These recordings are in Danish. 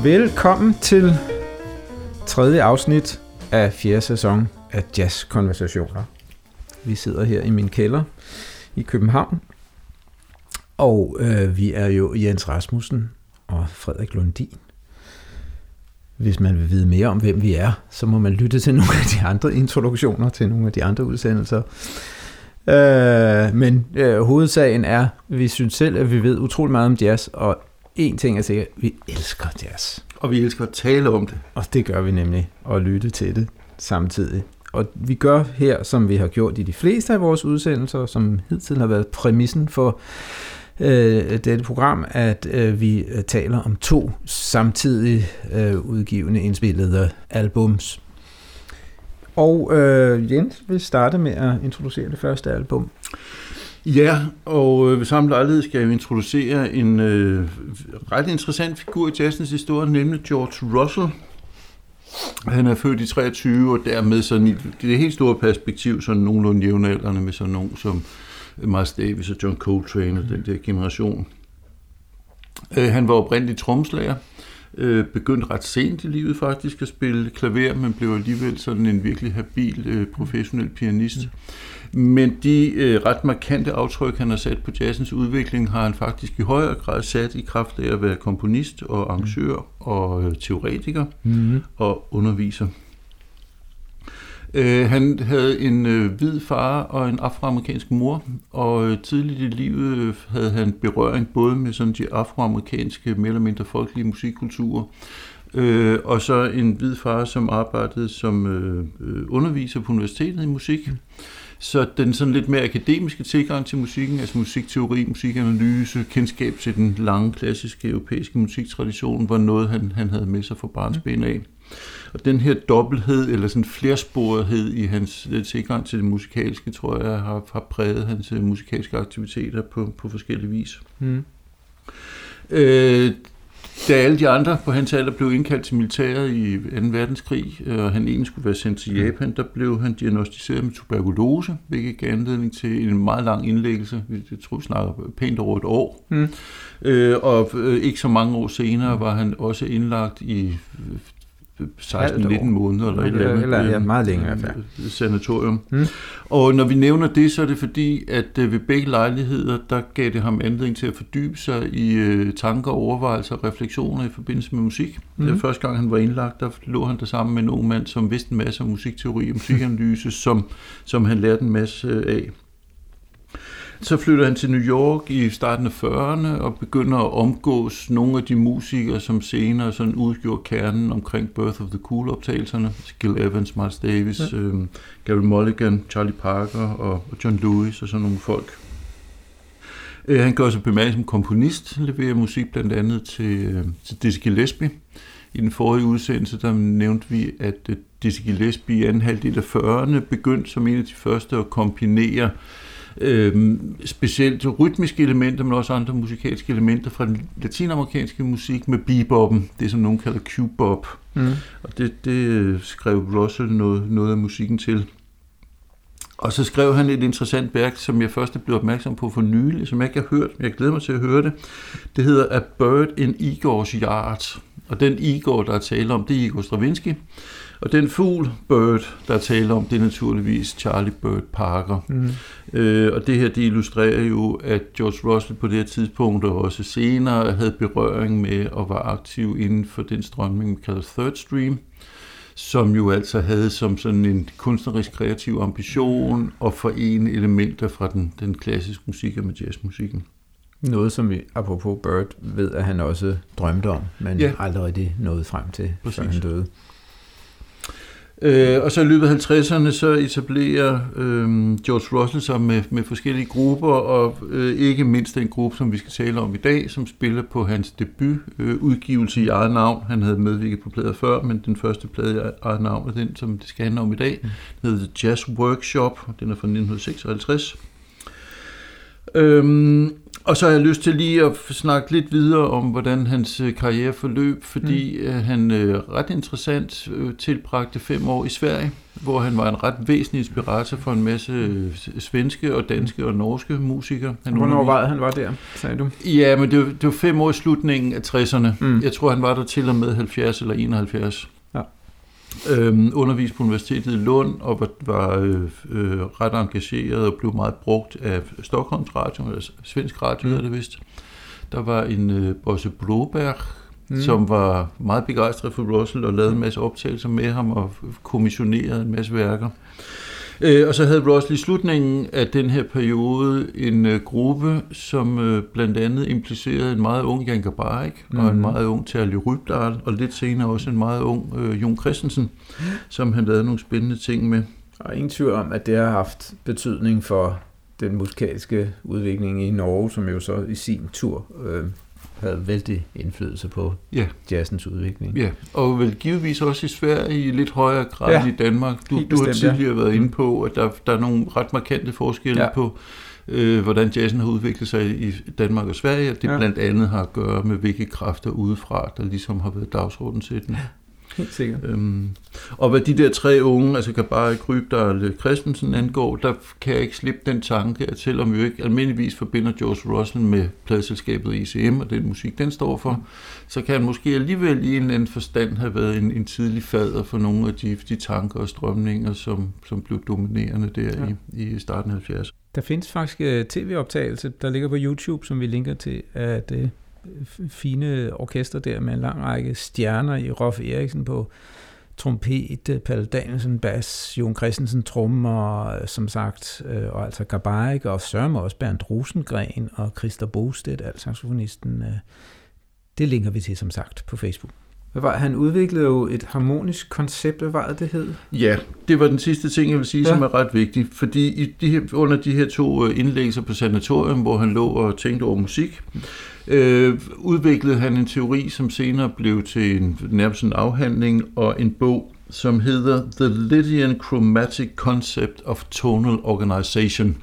Velkommen til 3. afsnit af 4. sæson af Jazzkonversationer. Vi sidder her i min kælder i København, og vi er jo Jens Rasmussen og Frederik Lundin. Hvis man vil vide mere om, hvem vi er, så må man lytte til nogle af de andre introduktioner, til nogle af de andre udsendelser. Men hovedsagen er, vi synes selv, at vi ved utrolig meget om jazz, og en ting er sikkert, vi elsker jazz. Og vi elsker at tale om det. Og det gør vi nemlig, og lytte til det samtidig. Og vi gør her, som vi har gjort i de fleste af vores udsendelser, som hidtil har været præmissen for dette program, at vi taler om 2 samtidig udgivende indspillede albums. Og Jens vil starte med at introducere det første album. Ja, og ved samme lejlighed skal jeg introducere en ret interessant figur i jazzens historie, nemlig George Russell. Han er født i 23, og dermed sådan i det helt store perspektiv, sådan nogenlunde jævnaldrende med sådan nogen som Miles Davis og John Coltrane og den der generation. Han var oprindelig trommeslager, begyndte ret sent i livet faktisk at spille klaver, men blev alligevel sådan en virkelig habil professionel pianist. Men de ret markante aftryk, han har sat på jazzens udvikling, har han faktisk i højere grad sat i kraft af at være komponist og arrangør og teoretiker og underviser. Han havde en hvid far og en afroamerikansk mor, og tidligt i livet havde han berøring både med sådan de afroamerikanske, mere eller mindre folkelige musikkulturer, og så en hvid far, som arbejdede som underviser på universitetet i musik. Så den sådan lidt mere akademiske tilgang til musikken, altså musikteori, musikanalyse, kendskab til den lange, klassiske europæiske musiktradition, var noget, han havde med sig fra barnsben af. Og den her dobbelthed, eller sådan flersporethed i hans tilgang til det musikalske, tror jeg, har præget hans musikalske aktiviteter på forskellige vis. Da alle de andre på hans alder blev indkaldt til militæret i 2. verdenskrig, og han egentlig skulle være sendt til Japan, der blev han diagnosticeret med tuberkulose, hvilket gav anledning til en meget lang indlæggelse. Jeg tror, vi snakker pænt over 1 år. Og ikke så mange år senere var han også indlagt i 16-19 måneder eller et eller andet, meget længe i hvert fald. Sanatorium. Og når vi nævner det, så er det fordi, at ved begge lejligheder, der gav det ham anledning til at fordybe sig i tanker, overvejelser og refleksioner i forbindelse med musik. Det var første gang, han var indlagt, der lå han der sammen med en ung mand, som vidste en masse om musikteori og musikanalyse, som han lærte en masse af. Så flytter han til New York i starten af 40'erne og begynder at omgås nogle af de musikere, som senere sådan udgjorde kernen omkring Birth of the Cool-optagelserne. Gil Evans, Miles Davis, Gary Mulligan, Charlie Parker og John Lewis og sådan nogle folk. Han gør sig bemærket som komponist, leverer musik blandt andet til Dizzy Gillespie. I den forrige udsendelse, der nævnte vi, at Dizzy Gillespie i anden halvdel af 40'erne begyndte som en af de første at kombinere specielt rytmiske elementer, men også andre musikalske elementer fra den latinamerikanske musik med beboppen, det som nogen kalder cubop. Og det skrev Russell noget af musikken til. Og så skrev han et interessant værk, som jeg først blev opmærksom på for nylig, som jeg ikke har hørt, men jeg glæder mig til at høre det. Det hedder A Bird in Igor's Yard. Og den Igor, der er tale om, det er Igor Stravinsky. Og den fugl, Bird, der er tale om, det er naturligvis Charlie Bird Parker. Og det her, det illustrerer jo, at George Russell på det her tidspunkt, og også senere, havde berøring med og var aktiv inden for den strømning, man kalder Third Stream, som jo altså havde som sådan en kunstnerisk kreativ ambition at forene elementer fra den klassiske musik med jazzmusikken. Noget, som vi, apropos Bird, ved, at han også drømte om, men aldrig rigtig nåede frem til, før han døde. Og så i løbet af 50'erne, så etablerer George Russell sig med forskellige grupper, og ikke mindst den gruppe, som vi skal tale om i dag, som spiller på hans debutudgivelse i eget navn. Han havde medvirket på plader før, men den første plade i eget navn er den, som det skal handle om i dag. Den hedder The Jazz Workshop, og den er fra 1956. Og så har jeg lyst til lige at snakke lidt videre om, hvordan hans karriere forløb, fordi han ret interessant tilbragte 5 år i Sverige, hvor han var en ret væsentlig inspirator for en masse svenske og danske og norske musikere. Hvornår var han var der, sagde du? Ja, men det var 5 år i slutningen af 60'erne. Jeg tror, han var der til og med 70 eller 71. Ja. Underviste på Universitetet i Lund og var ret engageret og blev meget brugt af Stockholms Radio, eller svensk radio hedder det vist. Der var en Bosse Broberg, som var meget begejstret for Russell og lavede en masse optagelser med ham og kommissionerede en masse værker. Og så havde Russell i slutningen af den her periode en gruppe, som blandt andet implicerede en meget ung Jan Garbarek og en meget ung Terje Rypdal, og lidt senere også en meget ung Jon Christensen, som han lavede nogle spændende ting med. Og ingen tvivl om, at det har haft betydning for den musikalske udvikling i Norge, som jo så i sin tur havde vældig indflydelse på jazzens udvikling. Ja, og vel givetvis også i Sverige i lidt højere grad end i Danmark. Du har tidligere været inde på, at der er nogle ret markante forskelle på, hvordan jazzen har udviklet sig i Danmark og Sverige. Det blandt andet har at gøre med, hvilke kræfter udefra, der ligesom har været dagsordensættende. Helt sikkert. Og hvad de der 3 unge, altså Garbarek, Rypdal og Christensen angår, der kan jeg ikke slippe den tanke, at selvom vi jo ikke almindeligvis forbinder George Russell med pladeselskabet ECM og den musik, den står for, så kan han måske alligevel i en eller anden forstand have været en tidlig fader for nogle af de tanker og strømninger, som blev dominerende der i starten af 70'erne. Der findes faktisk tv-optagelse, der ligger på YouTube, som vi linker til, at fine orkester der med en lang række stjerner i Rolf Eriksen på trompet, Palle Danielsen bass, Jon Christensen trommer, som sagt, og altså Garbarek og sørme også Bernd Rosengren og Christer Bostedt, alt saxofonisten. Det linker vi til, som sagt, på Facebook. Han udviklede jo et harmonisk koncept, hvad var det hed? Ja, det var den sidste ting, jeg vil sige, som er ret vigtig, fordi under de her 2 indlæggelser på sanatorium, hvor han lå og tænkte over musik, udviklede han en teori, som senere blev til nærmest en afhandling og en bog, som hedder The Lydian Chromatic Concept of Tonal Organization.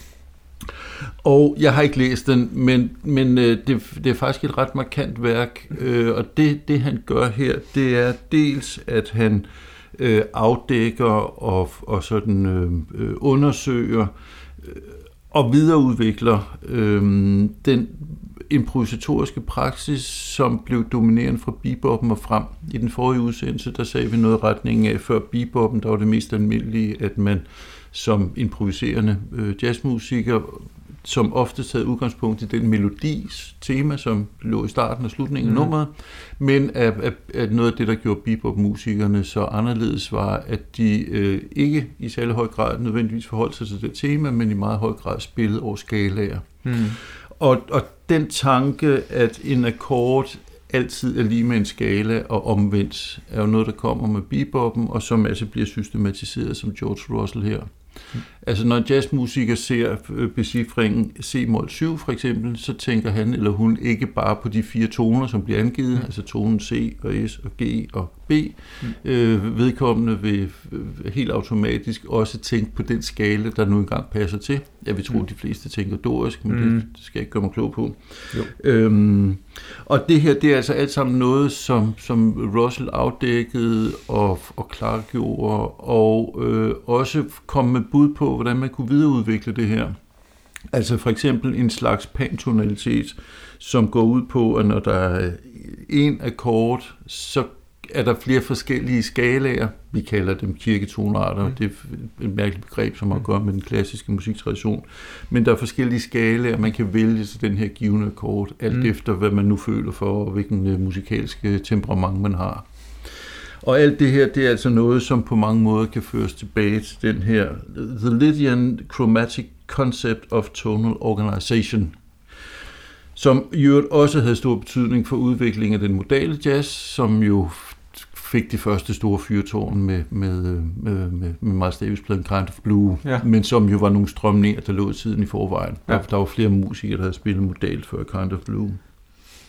Og jeg har ikke læst den, men det er faktisk et ret markant værk, og det han gør her, det er dels, at han afdækker og sådan undersøger og videreudvikler den improvisatoriske praksis, som blev dominerende fra beboppen og frem. I den forrige udsendelse, der sagde vi noget i retningen af, før beboppen, der var det mest almindelige, at man som improviserende jazzmusiker, som ofte havde udgangspunkt i den melodis tema, som lå i starten og slutningen af nummeret, men at noget af det, der gjorde bebop-musikerne så anderledes, var, at de ikke i særlig høj grad nødvendigvis forholdt sig til det tema, men i meget høj grad spillede over skalaer. Og den tanke, at en akkord altid er lige med en skala og omvendt, er jo noget, der kommer med beboppen, og som altså bliver systematiseret som George Russell her. Altså når en jazzmusiker ser becifringen C-mol 7 for eksempel, så tænker han eller hun ikke bare på de 4 toner, som bliver angivet, altså tonen C og S og G og B. Vedkommende vil helt automatisk også tænke på den skala, der nu engang passer til. Jeg vil tro, at de fleste tænker dorisk, men det skal jeg ikke gøre mig klog på. Og det her, det er altså alt sammen noget, som Russell afdækkede og klargjorde, og også kom med bud på, hvordan man kunne videreudvikle det her. Altså for eksempel en slags pantonalitet, som går ud på, at når der er en akkord, så er der flere forskellige skalaer. Vi kalder dem kirketonarter. Det er et mærkeligt begreb, som har at gøre med den klassiske musiktradition. Men der er forskellige skalaer, man kan vælge til den her givne akkord, alt efter hvad man nu føler for, og hvilken musikalske temperament man har. Og alt det her, det er altså noget, som på mange måder kan føres tilbage til den her The Lydian Chromatic Concept of Tonal Organization, som jo også havde stor betydning for udviklingen af den modale jazz, som jo fik det første store fyrtårn med Miles Davis-pladen Kind of Blue, men som jo var nogle strømninger, der lå i tiden i forvejen. Der var flere musikere, der havde spillet modalt før Kind of Blue.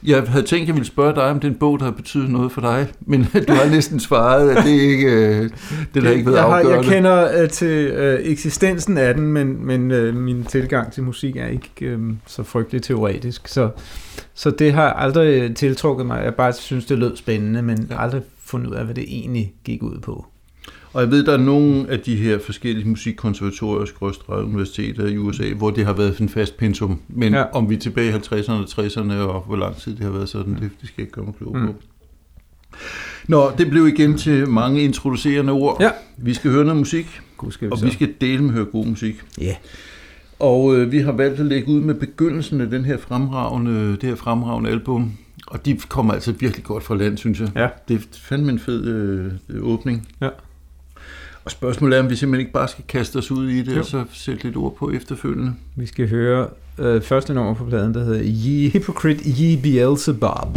Jeg havde tænkt, at jeg ville spørge dig om den bog, der har betydet noget for dig, men du har næsten svaret, at det ikke det der ikke været afgørende. Jeg kender til eksistensen af den, men min tilgang til musik er ikke så frygtelig teoretisk, så det har aldrig tiltrukket mig. Jeg bare synes, det lød spændende, men aldrig fundet ud af, hvad det egentlig gik ud på. Og jeg ved, der er nogle af de her forskellige musikkonservatorier og universiteter i USA, hvor det har været en fast pensum. Men om vi er tilbage i 50'erne og 60'erne, og hvor lang tid det har været sådan, det skal jeg ikke gøre mig klog på. Nå, det blev igen til mange introducerende ord. Ja. Vi skal høre noget musik, vi skal dele med høre god musik. Ja. Yeah. Og vi har valgt at lægge ud med begyndelsen af det her fremragende album. Og de kommer altså virkelig godt fra land, synes jeg. Ja. Det er fandme en fed åbning. Ja. Og spørgsmålet er, om vi simpelthen ikke bare skal kaste os ud i det, og så sætte lidt ord på efterfølgende. Vi skal høre første nummer på pladen, der hedder Ye Hypocrite, Ye Beelzebub.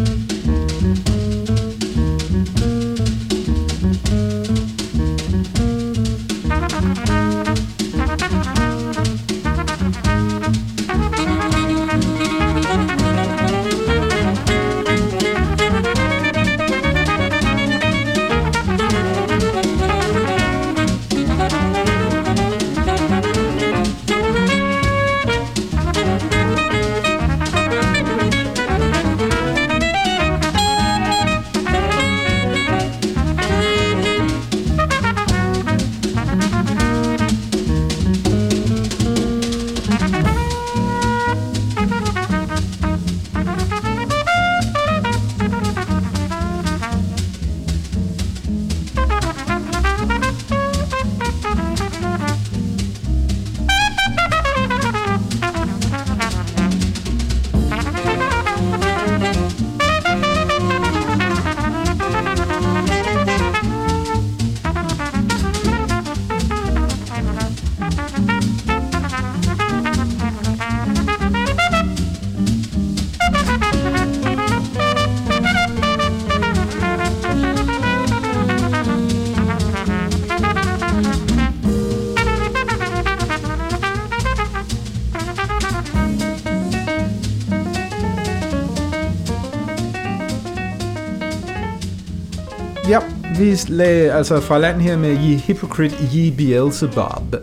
Ja, vi lagde altså fra land her med Ye Hypocrite, Ye Beelzebub.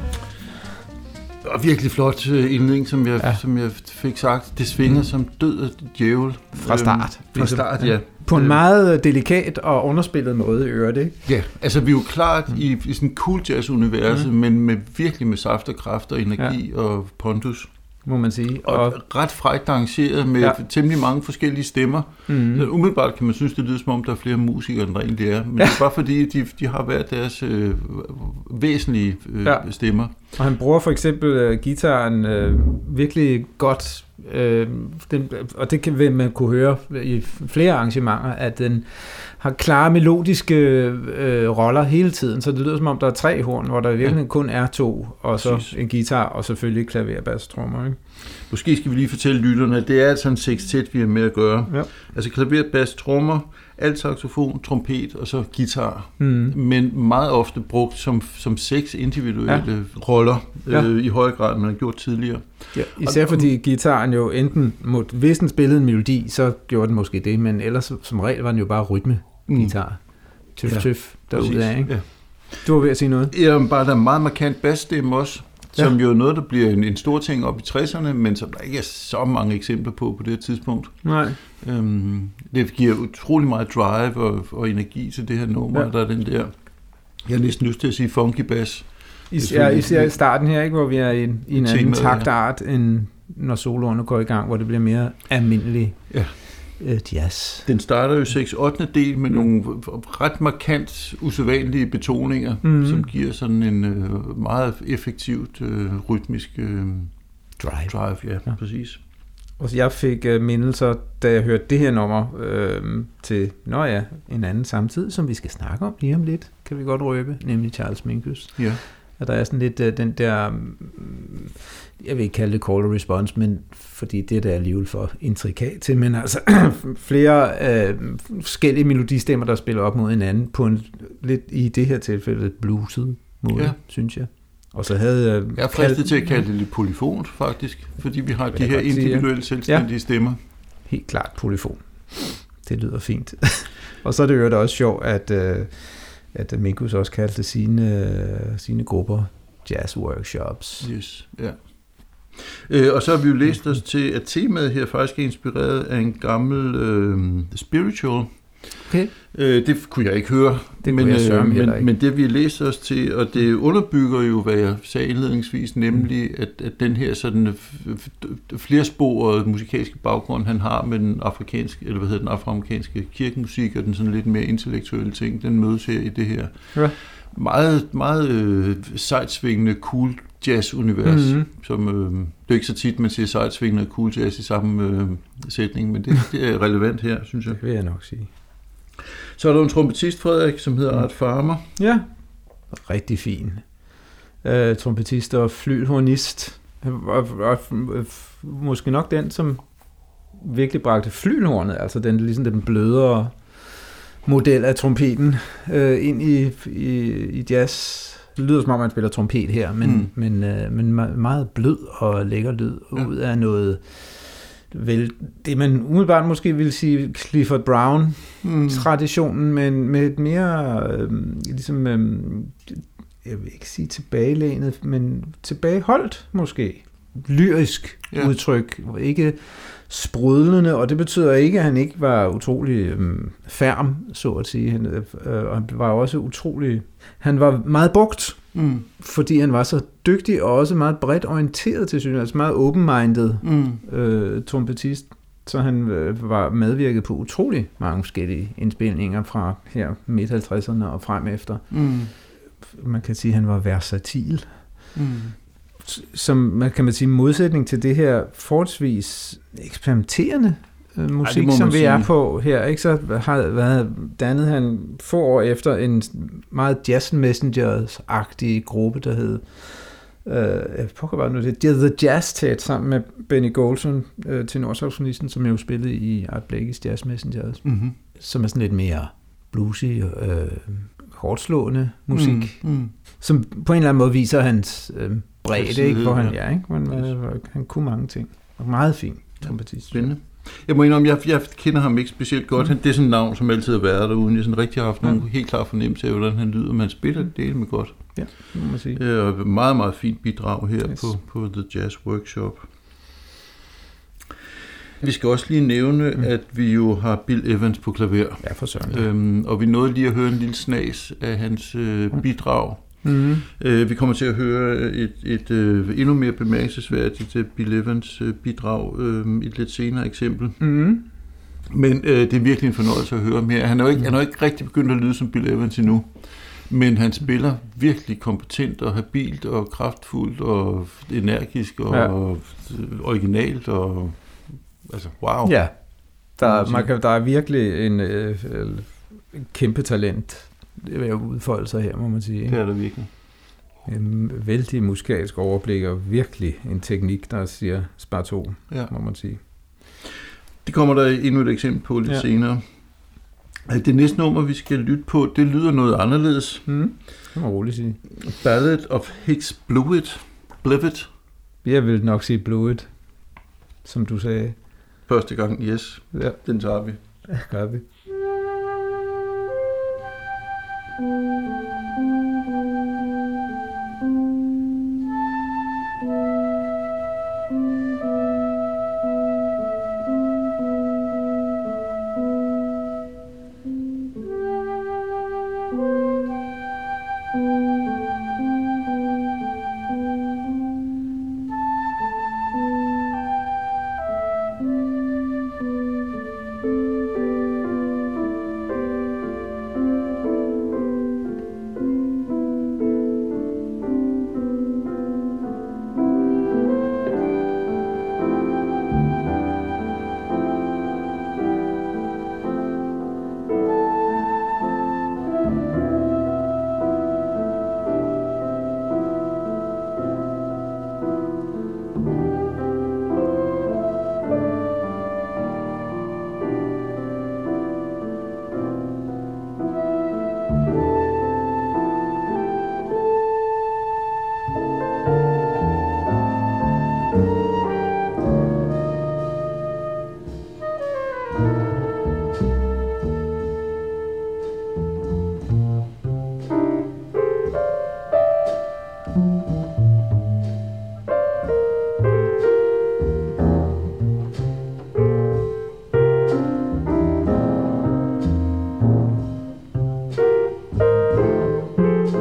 Og virkelig flot indledning, som jeg fik sagt. Det svinger som død af djævel. Fra start. Fra start, ja. På en meget delikat og underspillet måde i øret, ikke? Ja, altså vi er jo klart i sådan en cool jazz-universet, men virkelig med saft og kraft og energi og pondus. Må man sige. Og ret frækt arrangeret med temmelig mange forskellige stemmer. Mm. Så umiddelbart kan man synes, det lyder som om, der er flere musikere, end der egentlig er. Men det er bare fordi, de har hver deres væsentlige stemmer. Og han bruger for eksempel guitaren virkelig godt, og det vil man kunne høre i flere arrangementer, at den har klare melodiske roller hele tiden, så det lyder som om, der er 3 horn, hvor der virkelig kun er 2, og så en guitar, og selvfølgelig klaver, bass, trommer. Ikke? Måske skal vi lige fortælle lytterne, at det er altså en sextet, vi har med at gøre. Ja. Altså klaver, bass, trommer, alt saxofon, trompet og så guitar. Mm. Men meget ofte brugt som 6 individuelle roller, i høj grad, man har gjort tidligere. Ja, især fordi guitaren jo enten, hvis den spillede en melodi, så gjorde den måske det, men ellers som regel var den jo bare rytme. Guitar. Tøf derudad, ikke? Ja. Du var ved at sige noget? Ja, bare der er meget markant bassstemme også, som jo er noget, der bliver en stor ting op i 60'erne, men som der ikke er så mange eksempler på det her tidspunkt. Nej. Det giver utrolig meget drive og energi til det her nummer, der er den der, jeg har næsten lyst til at sige funky bass. Især i starten her, ikke, hvor vi er i en anden taktart, end når soloerne går i gang, hvor det bliver mere almindelig. Ja. Jazz. Den starter jo 6/8 del med nogle ret markant usædvanlige betoninger, som giver sådan en meget effektivt rytmisk drive. Ja, præcis. Og jeg fik mindelser, da jeg hørte det her nummer til en anden samtid, som vi skal snakke om lige om lidt, kan vi godt røbe, nemlig Charles Mingus. Ja. Og der er sådan lidt den der, jeg vil ikke kalde det call and response, men fordi det er der alligevel for intrikat til, men altså flere forskellige melodistemmer, der spiller op mod hinanden på en lidt i det her tilfælde blueset måde, synes jeg. Og så havde jeg er fristet til at kalde det lidt polyfont faktisk, fordi vi har de her individuelle selvstændige stemmer. helt klart polyfon. Det lyder fint. Og så er det jo også sjovt, at Minkus også kaldte sine grupper jazz workshops. Yes, ja. Og så har vi jo læst os til, at temaet her faktisk er inspireret af en gammel spiritual. Okay. Det kunne jeg ikke høre, men det vi læste os til, og det underbygger jo, hvad jeg sagde indledningsvis, nemlig at den her sådan flersporede musikalske baggrund, han har med den afroamerikanske kirkemusik og den sådan lidt mere intellektuelle ting, den mødes her i det her meget, meget sejtsvingende cool jazz-univers, som det er ikke så tit, man siger sejtsvingende og cool jazz i samme sætning, men det er relevant her, synes jeg. Det vil jeg nok sige. Så er der en trompetist, Frederik, som hedder Art Farmer. Ja, rigtig fin. Trompetist og flyghelhornist. Og måske nok den, som virkelig bragte flyghelhornet, altså ligesom den blødere model af trompeten, ind i jazz. Det lyder som om, man spiller trompet her, men meget blød og lækker lyd ud af noget, vel, det man umiddelbart måske vil sige Clifford Brown-traditionen, men med et mere, jeg vil ikke sige tilbagelænet, men tilbageholdt måske, lyrisk udtryk, ikke sprudlende, og det betyder ikke, at han ikke var utrolig ferm, så at sige. Han var også utrolig, han var meget brugt, fordi han var så dygtig og også meget bredt orienteret til synes, altså meget open-minded trompetist, så han var medvirket på utrolig mange forskellige indspilninger fra her midt-50'erne og frem efter. Man kan sige, at han var versatil. Som kan man sige modsætning til det her forholdsvis eksperimenterende musik, som vi er på her, ikke? Så dannede han få år efter en meget Jazz Messengers-agtig gruppe, der hed The Jazz Tet, sammen med Benny Golson, tenorsaxofonisten, som jo spillede i Art Blakey's Jazz Messengers, som er sådan lidt mere bluesy, hårdslående musik, som på en eller anden måde viser hans bredde, ikke? Hvor han kunne mange ting. Og meget fin trompetist. Spændende. Jeg må indrømme, jeg kender ham ikke specielt godt. Det er sådan et navn, som altid har været der, uden jeg sådan rigtig har haft nogen helt klar fornemmelse af, hvordan han lyder, men han spiller det med godt. Ja, det må man sige. Og meget, meget fint bidrag her på The Jazz Workshop. Vi skal også lige nævne, at vi jo har Bill Evans på klaver. Ja, for søren. Og vi nåede lige at høre en lille snas af hans bidrag. Vi kommer til at høre et endnu mere bemærkelsesværdigt Bill Evans bidrag, et lidt senere eksempel. Men det er virkelig en fornøjelse at høre ham her. Han er jo ikke rigtig begyndt at lyde som Bill Evans endnu, men han spiller virkelig kompetent og habilt og kraftfuldt og energisk og originalt og altså wow. Ja, der er virkelig en kæmpe talent ved at udfolde sig her, må man sige. Det er der virkelig. En vældig musikalsk overblik og virkelig en teknik, der siger sparto, må man sige. Det kommer der endnu et eksempel på lidt senere. Det næste nummer, vi skal lytte på, det lyder noget anderledes. Det må roligt sige. Ballad of Hicks Blewett. Jeg vil nok sige Blewett, som du sagde. Første gang, yes. Ja. Den tager vi. Ja, gør vi.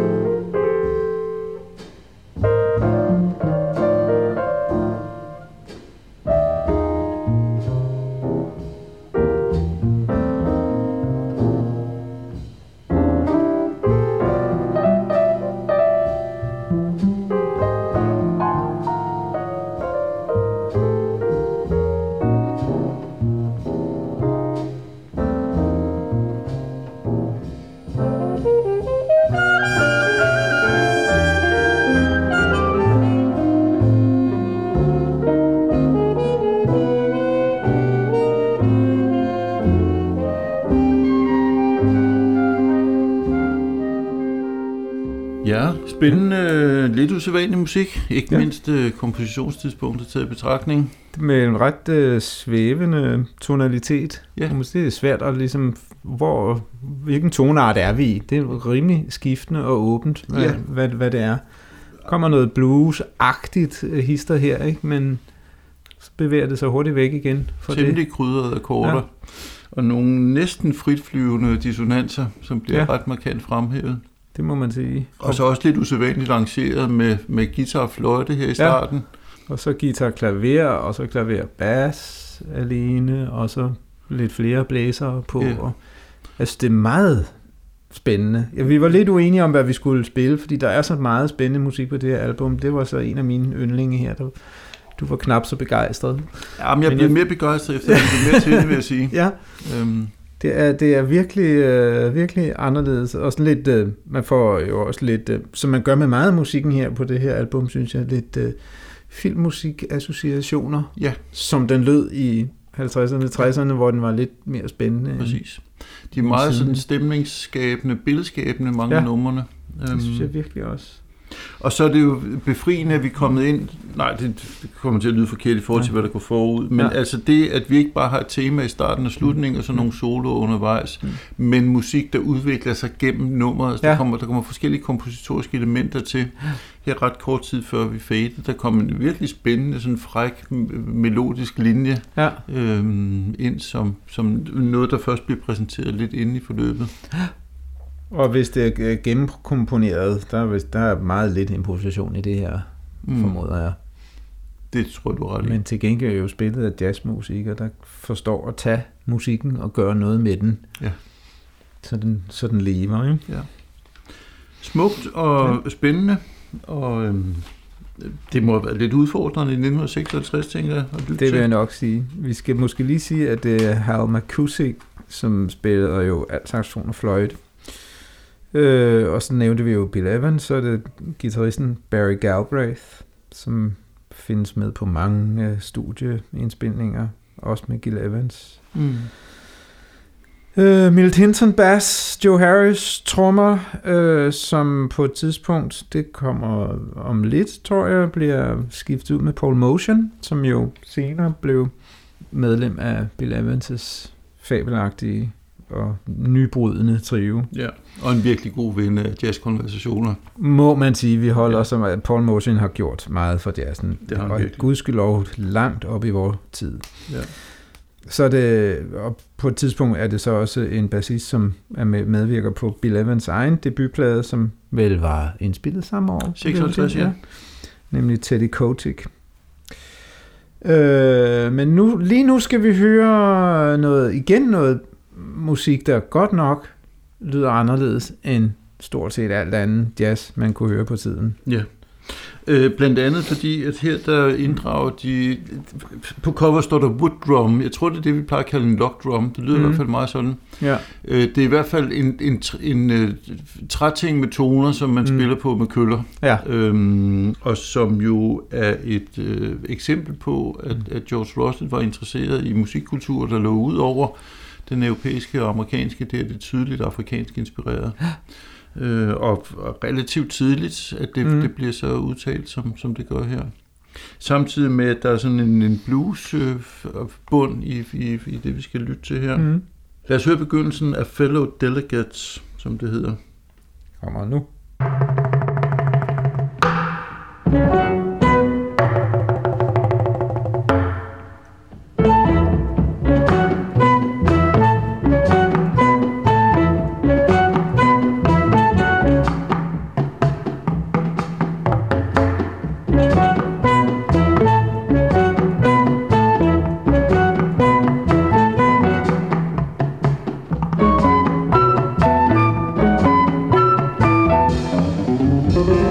Ja, spændende, lidt usædvanlig musik, ikke mindst kompositionstidspunktet taget i betragtning. Med en ret svævende tonalitet. Ja. Og måske er det svært at ligesom, hvilken toneart er vi i? Det er rimelig skiftende og åbent, hvad det er. Kommer noget blues-agtigt hister her, ikke? Men så bevæger det sig hurtigt væk igen. Temmelig krydrede akkorder, og nogle næsten fritflyvende dissonanser, som bliver ret markant fremhævet. Det må man sige. Og så også lidt usædvanligt lanceret med guitar og fløjte her i starten. Og så guitar klaver, og så klaver bass alene, og så lidt flere blæsere på. Ja. Altså, det er meget spændende. Ja, vi var lidt uenige om, hvad vi skulle spille, fordi der er så meget spændende musik på det her album. Det var så en af mine yndlinge her. Du var knap så begejstret. Ja, men jeg blev mere begejstret efter, at jeg blev mere til det, vil jeg sige. Ja. Det er virkelig anderledes. Og sådan lidt, man får jo også lidt, som man gør med meget af musikken her på det her album, synes jeg, lidt filmmusik-associationer, som den lød i 50'erne, 60'erne, hvor den var lidt mere spændende. Præcis. De er meget sådan stemningsskabende, billedskabende, mange af numrene. Det synes jeg virkelig også. Og så er det jo befriende, at vi er kommet ind. Nej, det kommer til at lyde forkert i forhold til, hvad der går forud. Men altså det, at vi ikke bare har et tema i starten og slutningen, og så nogle soloer undervejs, men musik, der udvikler sig gennem nummeret. Altså, der kommer forskellige kompositoriske elementer til. Her ret kort tid før vi fadede, der kom en virkelig spændende, sådan fræk, melodisk linje ind, som noget, der først bliver præsenteret lidt inde i forløbet. Og hvis det er gennemkomponeret, der er meget lidt improvisation i det her, formoder jeg. Det tror du ret i. Men til gengæld er jo spillet af jazzmusikere, der forstår at tage musikken og gøre noget med den. Ja. Så den lever, ikke? Ja. Smukt og spændende, og det må have været lidt udfordrende i 1956, tænker jeg. Det vil jeg nok sige. Vi skal måske lige sige, at det er Hal McCusick, som spiller jo alt saxofon og fløjte. Og så nævnte vi jo Bill Evans, så er det guitaristen Barry Galbraith, som findes med på mange studieindspilninger, også med Gil Evans. Milt Hinton bass, Joe Harris trommer, som på et tidspunkt, det kommer om lidt, tror jeg, bliver skiftet ud med Paul Motion, som jo senere blev medlem af Bill Evans' fabelagtige og nybrydende trio. Ja, og en virkelig god ven af jazzkonversationer. Må man sige, vi holder os om, at Paul Motion har gjort meget for jazzen. Det har han virkelig. Gudskelov langt op i vores tid. Ja. Så og på et tidspunkt er det så også en bassist, som er medvirker på Bill Evans' egen debutplade, som vel var indspillet samme år. 56, ja. Nemlig Teddy Kotick. Men lige nu skal vi høre noget musik, der godt nok lyder anderledes end stort set alt andet jazz, man kunne høre på tiden. Ja. Blandt andet fordi, at her der inddrager de, på cover står der wood drum, jeg tror det er det vi plejer at kalde en log drum, det lyder i hvert fald meget sådan. Ja. Det er i hvert fald en træting med toner, som man spiller på med køller, og som jo er et eksempel på, at George Russell var interesseret i musikkultur, der lå ud over den europæiske og amerikanske, det er det tydeligt afrikansk inspireret. Og relativt tidligt, at det bliver så udtalt, som det gør her. Samtidig med, at der er sådan en blues bund i det, vi skal lytte til her. Lad os høre begyndelsen af Fellow Delegates, som det hedder. Kommer nu.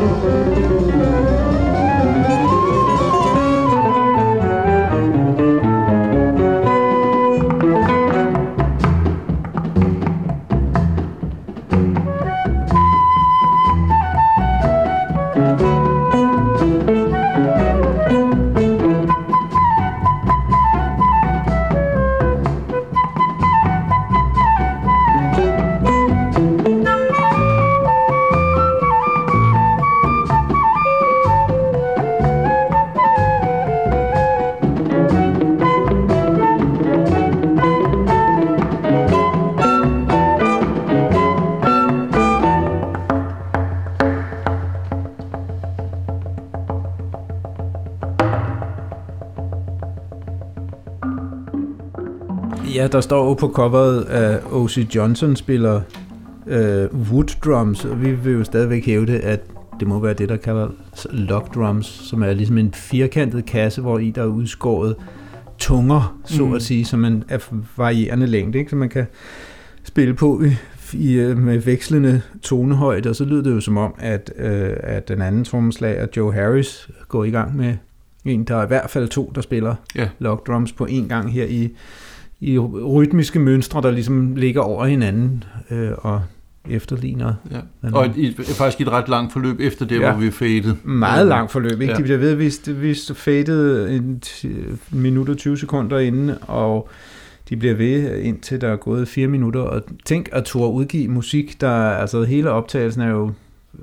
Ja, der står jo på coveret, at O.C. Johnson spiller wood drums, og vi vil jo stadigvæk hævde, at det må være det, der kalder log drums, som er ligesom en firkantet kasse, hvor i der er udskåret tunger, så at sige, som man er varierende længde, ikke? Så man kan spille på med vekslende tonehøjde, og så lyder det jo som om, at den anden trommeslager, Joe Harris, går i gang med en, der er i hvert fald 2, der spiller log drums på en gang her i rytmiske mønstre, der ligesom ligger over hinanden og efterligner. Ja. Og faktisk et ret langt forløb efter det, hvor vi fadede. Meget langt forløb, ikke? Ja. De bliver ved, vi fadede en minut og 20 sekunder inden, og de bliver ved, indtil der er gået 4 minutter. Og tænk at turde udgive musik, der altså hele optagelsen er jo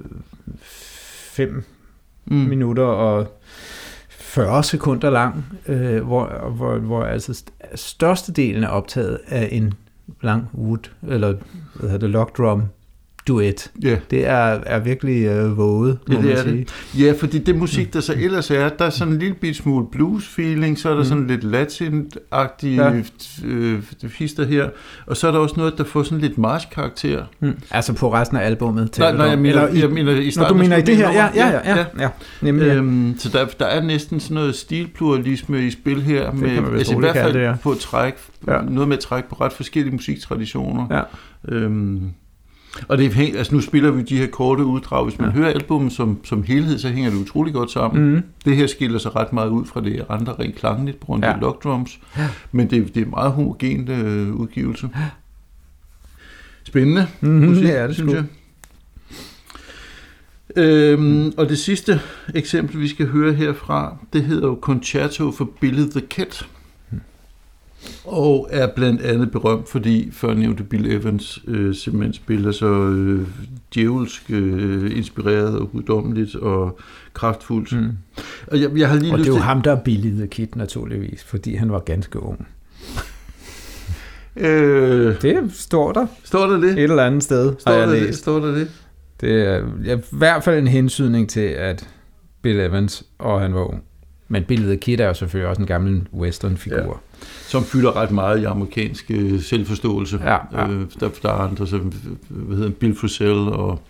5 minutter og 40 sekunder lang, hvor altså størstedelen er optaget af en lang wood, eller hvad hedder det, log drum duet. Yeah. Det er virkelig våget, må man sige. Ja, fordi det musik, der så ellers er, der er sådan en lille bit smule blues-feeling, så er der sådan lidt latin-agtige hister her, og så er der også noget, der får sådan lidt march-karakter. Altså på resten af albummet? Nej, jeg mener i starten. Du mener i det her? Ja. Så der er næsten sådan noget stilpluralisme i spil her, med altså i hvert fald på at trække, noget med at trække på ret forskellige musiktraditioner. Ja. Og det er, altså nu spiller vi de her korte uddrag. Hvis man hører albumet som helhed, så hænger det utrolig godt sammen. Det her skiller sig ret meget ud fra det andre rent klangligt på grund af log drums. Men det er en meget homogen udgivelse. Spændende musik, det er det, synes jeg. Og det sidste eksempel, vi skal høre herfra, det hedder jo Concerto for Billy the Kid. Og er blandt andet berømt, fordi førnævnte Bill Evans simpelthen spiller så djævelsk inspireret og guddommeligt og kraftfuldt. Og jeg har lige og det er jo ham, der er Billy the Kid naturligvis, fordi han var ganske ung. Det står der. Står der det? Et eller andet sted, Står der det? Det er i hvert fald en hensydning til, at Bill Evans og han var ung. Men Billy the Kid er jo selvfølgelig også en gammel western-figur. Ja. Som fylder ret meget i amerikansk selvforståelse. Ja. Der er andre, som Bill Frisell og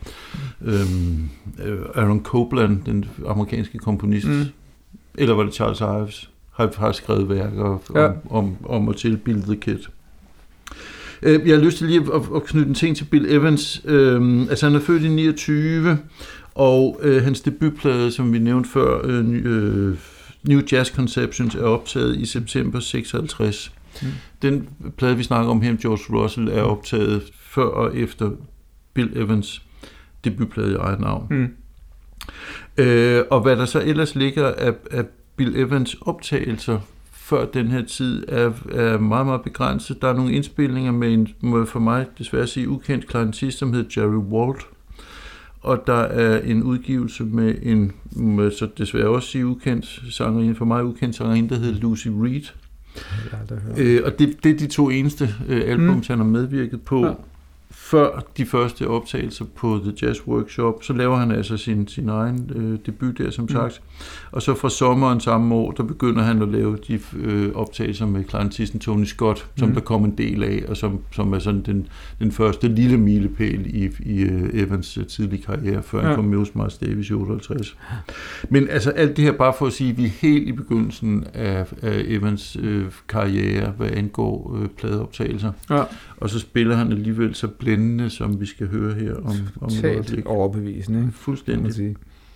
Aaron Copland, den amerikanske komponist. Eller var det Charles Ives, har skrevet værker om og til Billy the Kid. Jeg har lyst til lige at knytte en ting til Bill Evans. Altså han er født i 29, og hans debutplade, som vi nævnte før, New Jazz Conceptions, er optaget i september 56. Den plade, vi snakker om her, George Russell, er optaget før og efter Bill Evans debutplade i eget navn. Og hvad der så ellers ligger af Bill Evans optagelser før den her tid, er meget, meget begrænset. Der er nogle indspilninger med en, må jeg for mig desværre sige, ukendt klarinettist, som hedder Jerry Walt. Og der er en udgivelse med en, så desværre også sige ukendt sangerinde, for mig ukendt sangerinde, der hedder Lucy Reed. Og det er de 2 eneste albums, han har medvirket på. Ja. Før de første optagelser på The Jazz Workshop, så laver han altså sin egen debut der, som sagt. Og så fra sommeren samme år, der begynder han at lave de optagelser med klarinettisten Tony Scott, som der kom en del af, og som er sådan den første lille milepæl i Evans tidlige karriere, før han kom med hos Miles Davis i 58. Men altså alt det her bare for at sige, at vi er helt i begyndelsen af Evans karriere, hvad angår pladeoptagelser. Ja. Og så spiller han alligevel så blændende blændende, som vi skal høre her om et øjeblik. Overbevisende, ikke? Fuldstændig.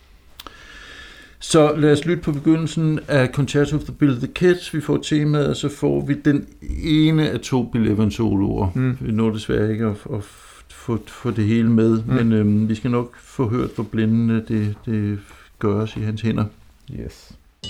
Så lad os lytte på begyndelsen af Concerto of the Bill of the Kids. Vi får temaet, og så får vi den ene af 2 Bill Evans soloer. Vi når desværre ikke at få det hele med, men vi skal nok få hørt, hvor blændende det gøres i hans hænder. Yes.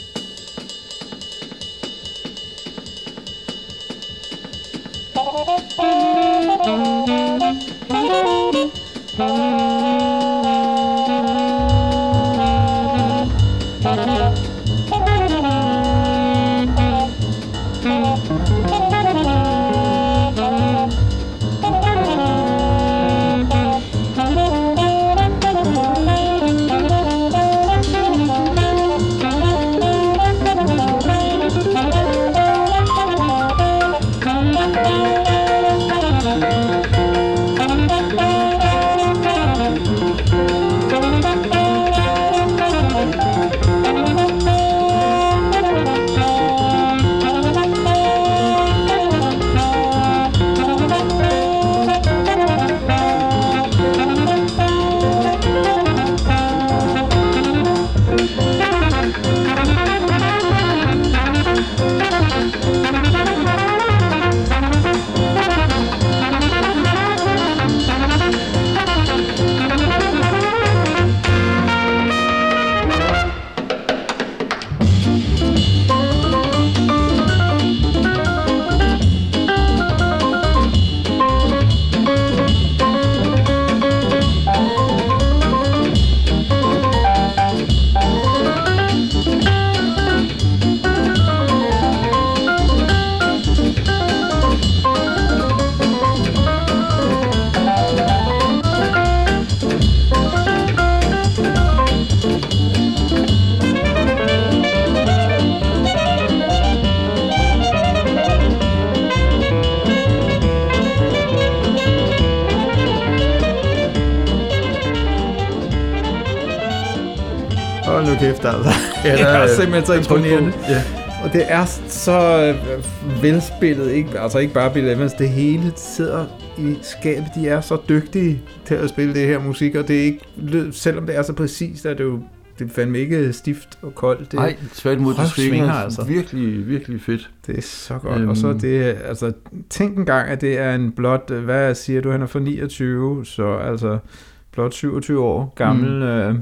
Kæft, altså. Ja, det er simpelthen så imponerende. Ja. Og det er så velspillet, ikke bare Bill Evans, det hele sidder i skabet. De er så dygtige til at spille det her musik, og det er ikke, selvom det er så præcist, at det er fandme ikke stift og koldt. Nej, tværtimod, det svinger altså. Virkelig, virkelig fedt. Det er så godt. Og så det, altså, tænk en gang, at det er en blot, hvad siger du, han er fra 29, så altså blot 27 år gammel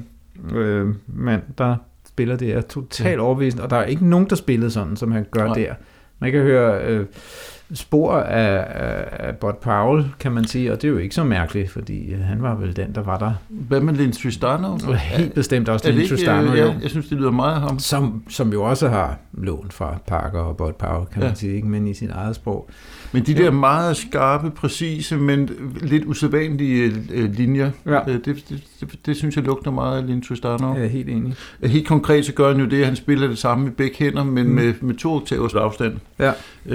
mand, der spiller det, er totalt overbevisende, og der er ikke nogen, der spillede sådan, som han gør der. Man kan høre spor af Bud Powell, kan man sige, og det er jo ikke så mærkeligt, fordi han var vel den, der var der. Hvad med Lynn Tristano? Helt bestemt også Lynn Tristano. Jeg synes, det lyder meget af ham. Som jo også har lånt fra Parker og Bud Powell, kan man sige, ikke, men i sin eget sprog. Men de der meget skarpe, præcise, men lidt usædvanlige linjer, det synes jeg lugter meget af Lynn Tristano. Jeg er helt enig. Helt konkret så gør han jo det, at han spiller det samme med begge hænder, men med 2 oktavers afstand. Ja.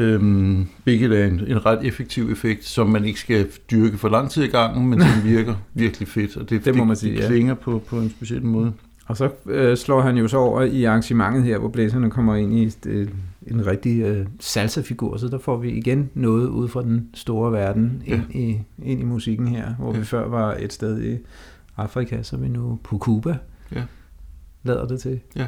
Hvilket er en ret effektiv effekt, som man ikke skal dyrke for lang tid i gangen, men som virker virkelig fedt, og det må man sige, det klinger på en speciel måde. Og så slår han jo så over i arrangementet her, hvor blæserne kommer ind i en rigtig salsa-figur, så der får vi igen noget ud fra den store verden ind i musikken her, hvor vi før var et sted i Afrika, så er vi nu på Cuba. Ja. Lader det til. Ja.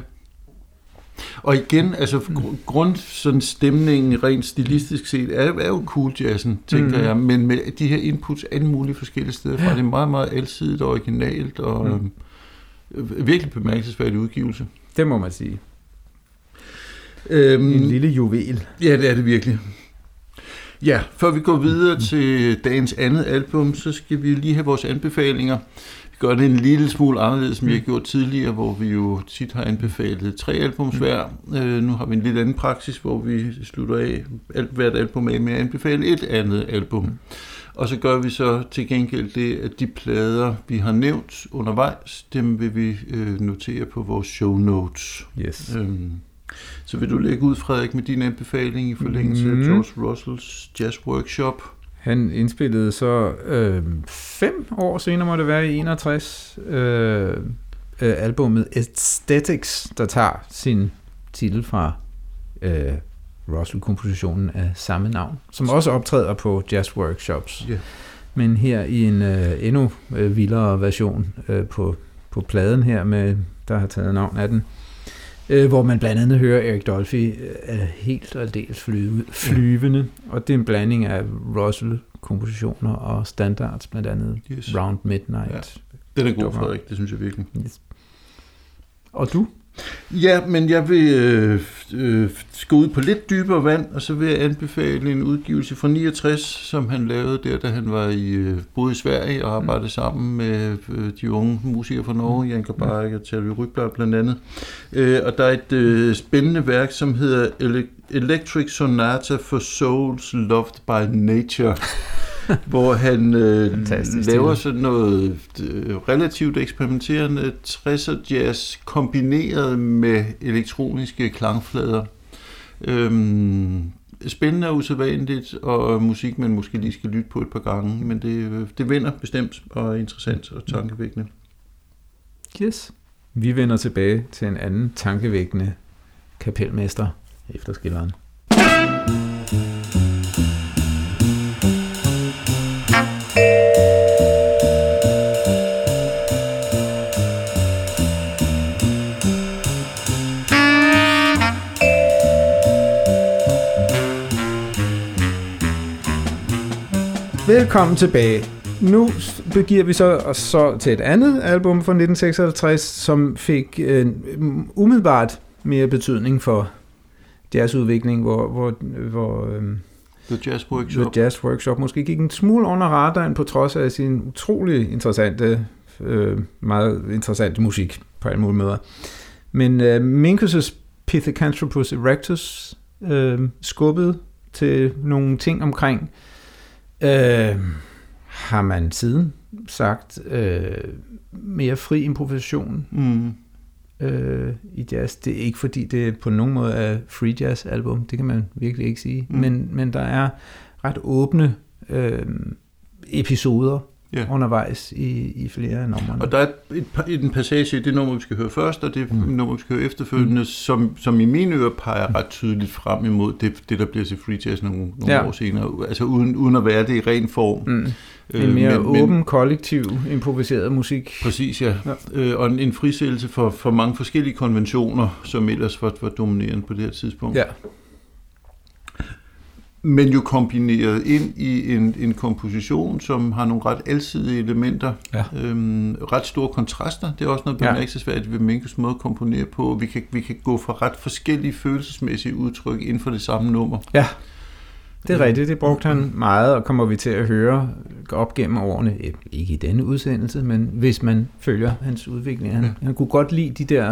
Og igen, altså sådan stemningen rent stilistisk set er jo cool jazzen, tænker jeg, men med de her inputs alle mulige forskellige steder fra, det er meget, meget alsidigt og originalt og virkelig bemærkelsesværdig udgivelse. Det må man sige. En lille juvel. Ja, det er det virkelig. Ja, før vi går videre til dagens andet album, så skal vi lige have vores anbefalinger. Vi gør det en lille smule anderledes, som vi har gjort tidligere, hvor vi jo tit har anbefalet 3 albums hver. Nu har vi en lidt anden praksis, hvor vi slutter af hvert album af med at anbefale et andet album. Og så gør vi så til gengæld det, at de plader, vi har nævnt undervejs, dem vil vi notere på vores show notes. Yes. Så vil du lægge ud, Frederik, med din anbefaling i forlængelse af George Russells Jazz Workshop? Han indspillede så 5 år senere, må det være i 61, albumet Aesthetics, der tager sin titel fra Russell-kompositionen af samme navn, som også optræder på Jazz Workshops. Yeah. men her i en endnu vildere version på pladen her, der har taget navn af den, hvor man blandt andet hører Eric Dolphy helt og aldeles flyvende, og det er en blanding af Russell-kompositioner og standards, blandt andet Round Midnight. Ja. Den er god, Frederik, det synes jeg virkelig. Yes. Og du? Ja, men jeg vil gå ud på lidt dybere vand, og så vil jeg anbefale en udgivelse fra 69, som han lavede der, da han var boede i Sverige og arbejdede sammen med de unge musikere fra Norge, Jan Garbarek og Terje Rybblad blandt andet. Og der er et spændende værk, som hedder Electric Sonata for Souls Loved by Nature, hvor han laver sådan noget relativt eksperimenterende 60'er jazz kombineret med elektroniske klangflader. Spændende og usædvanligt, og musik, man måske lige skal lytte på et par gange, men det vender bestemt og er interessant og tankevækkende. Yes. Vi vender tilbage til en anden tankevækkende kapelmester efter skilleren. Velkommen tilbage. Nu begiver vi så til et andet album fra 1956, som fik umiddelbart mere betydning for jazzudvikling, hvor The Jazz Workshop måske gik en smule under radaren på trods af sin utrolig interessante, meget interessante musik på alle mulige måder. Men Minkus' Pithecanthropus erectus skubbede til nogle ting omkring, har man siden sagt, mere fri improvisation i jazz. Det er ikke fordi det på nogen måde er free jazz album, det kan man virkelig ikke sige, men der er ret åbne episoder undervejs i flere af numrene. Og der er en passage i det nummer, vi skal høre først, og det nummer, vi skal høre efterfølgende, som i mine ører peger ret tydeligt frem imod det der bliver til free jazz nogle år senere, altså uden at være det i ren form. En mere åben, kollektiv, improviseret musik. Præcis, ja. Og en frisættelse for mange forskellige konventioner, som ellers var dominerende på det her tidspunkt. Ja. Men jo kombineret ind i en komposition, som har nogle ret alsidige elementer, ret store kontraster. Det er også noget bemærkelsesværdigt ved Minkus måde at komponere på. Vi kan gå fra ret forskellige følelsesmæssige udtryk inden for det samme nummer. Ja, det er rigtigt. Det brugte han meget, og kommer vi til at høre op gennem årene. Ikke i denne udsendelse, men hvis man følger hans udvikling. Han kunne godt lide de der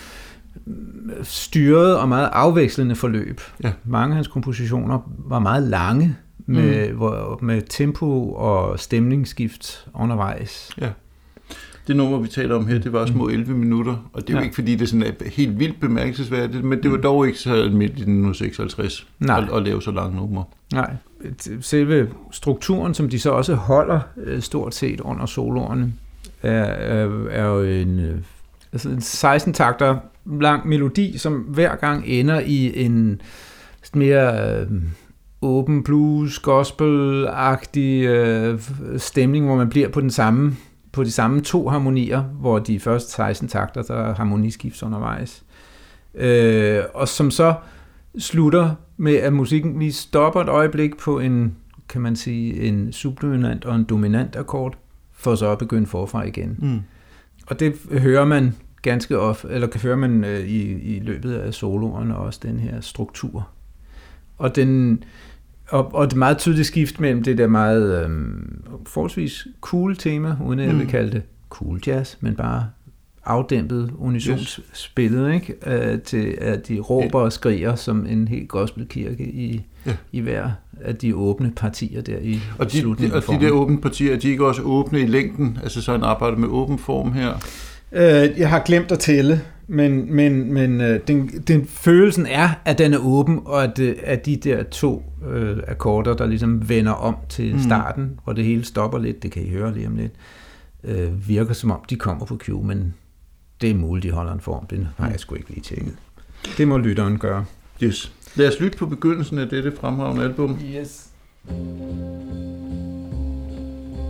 styrede og meget afvekslende forløb. Ja. Mange af hans kompositioner var meget lange, med tempo og stemningsskift undervejs. Ja. Det nummer, vi taler om her, det var små 11 minutter, og det er jo ikke, fordi det sådan er helt vildt bemærkelsesværdigt, men det var dog ikke så almindeligt i 1956 at lave så lange numre. Nej, selve strukturen, som de så også holder stort set under soloerne, er jo en 16-takter lang melodi, som hver gang ender i en mere open blues, gospel-agtig stemning, hvor man bliver på de samme to harmonier, hvor de første 16 takter, der er harmoniskift undervejs. Og som så slutter med, at musikken lige stopper et øjeblik på en subdominant og en dominant akkord, for så at begynde forfra igen. Og det hører man ganske ofte, eller kan høre man i løbet af soloerne også, den her struktur. Og det meget tydelige skift mellem det der meget forholdsvis cool tema, uden at jeg vil kalde det cool jazz, men bare afdæmpet unisonsspillet, ikke? Til at de råber og skriger som en helt gospelkirke i hver af de åbne partier der i slutningen. Og de der åbne partier, de er ikke også åbne i længden? Altså så en arbejde med åben form her? Jeg har glemt at tælle, men den følelsen er, at den er åben, og at de der to akkorder, der ligesom vender om til starten, hvor det hele stopper lidt, det kan I høre lige om lidt, virker som om de kommer på cue, men det er muligt, de holder en form. Den har jeg sgu ikke lige tjekket. Det må lytteren gøre. Yes. Lad os lytte på begyndelsen af dette fremragende album. Yes.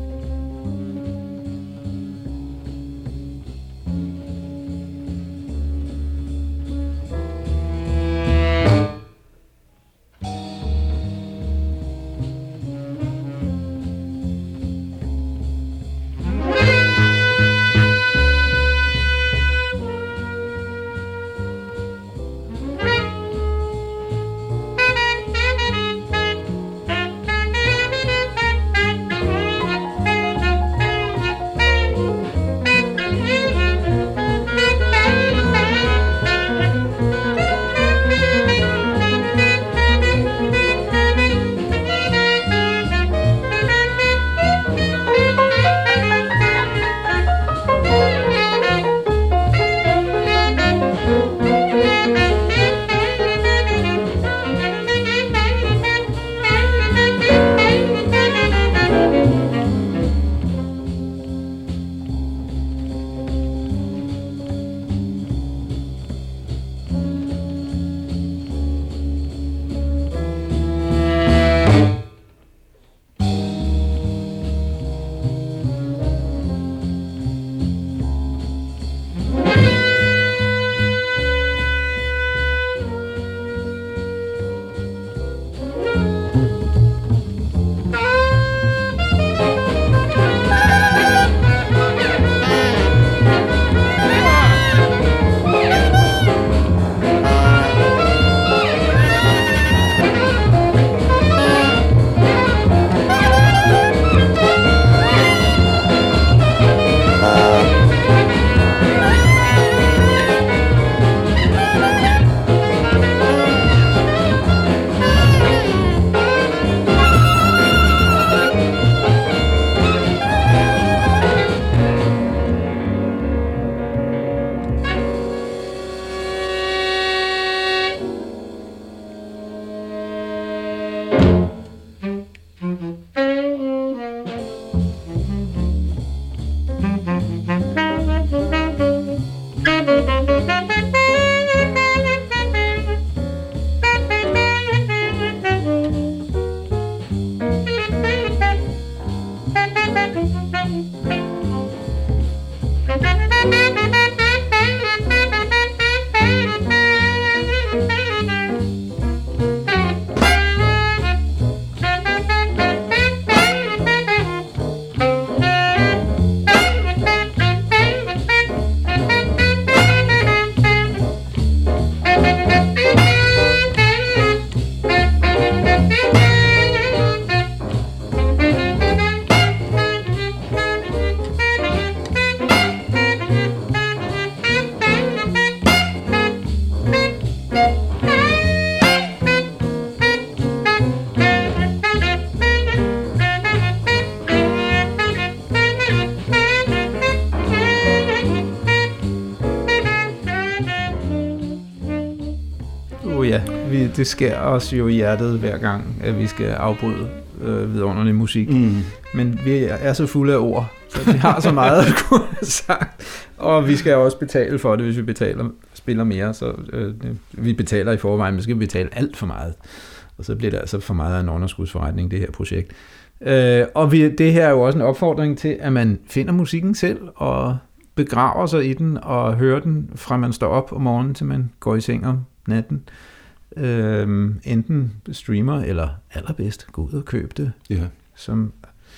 ja, det sker os jo i hjertet hver gang, at vi skal afbryde vidunderlig musik. Men vi er så fulde af ord, så vi har så meget at kunne have sagt. Og vi skal også betale for det, hvis vi spiller mere. Så vi betaler i forvejen, men skal vi betale alt for meget. Og så bliver det altså for meget af en underskudsforretning, det her projekt. Og det her er jo også en opfordring til, at man finder musikken selv, og begraver sig i den, og hører den, fra man står op om morgenen, til man går i seng om natten. Enten streamer, eller allerbedst gå ud og købe det som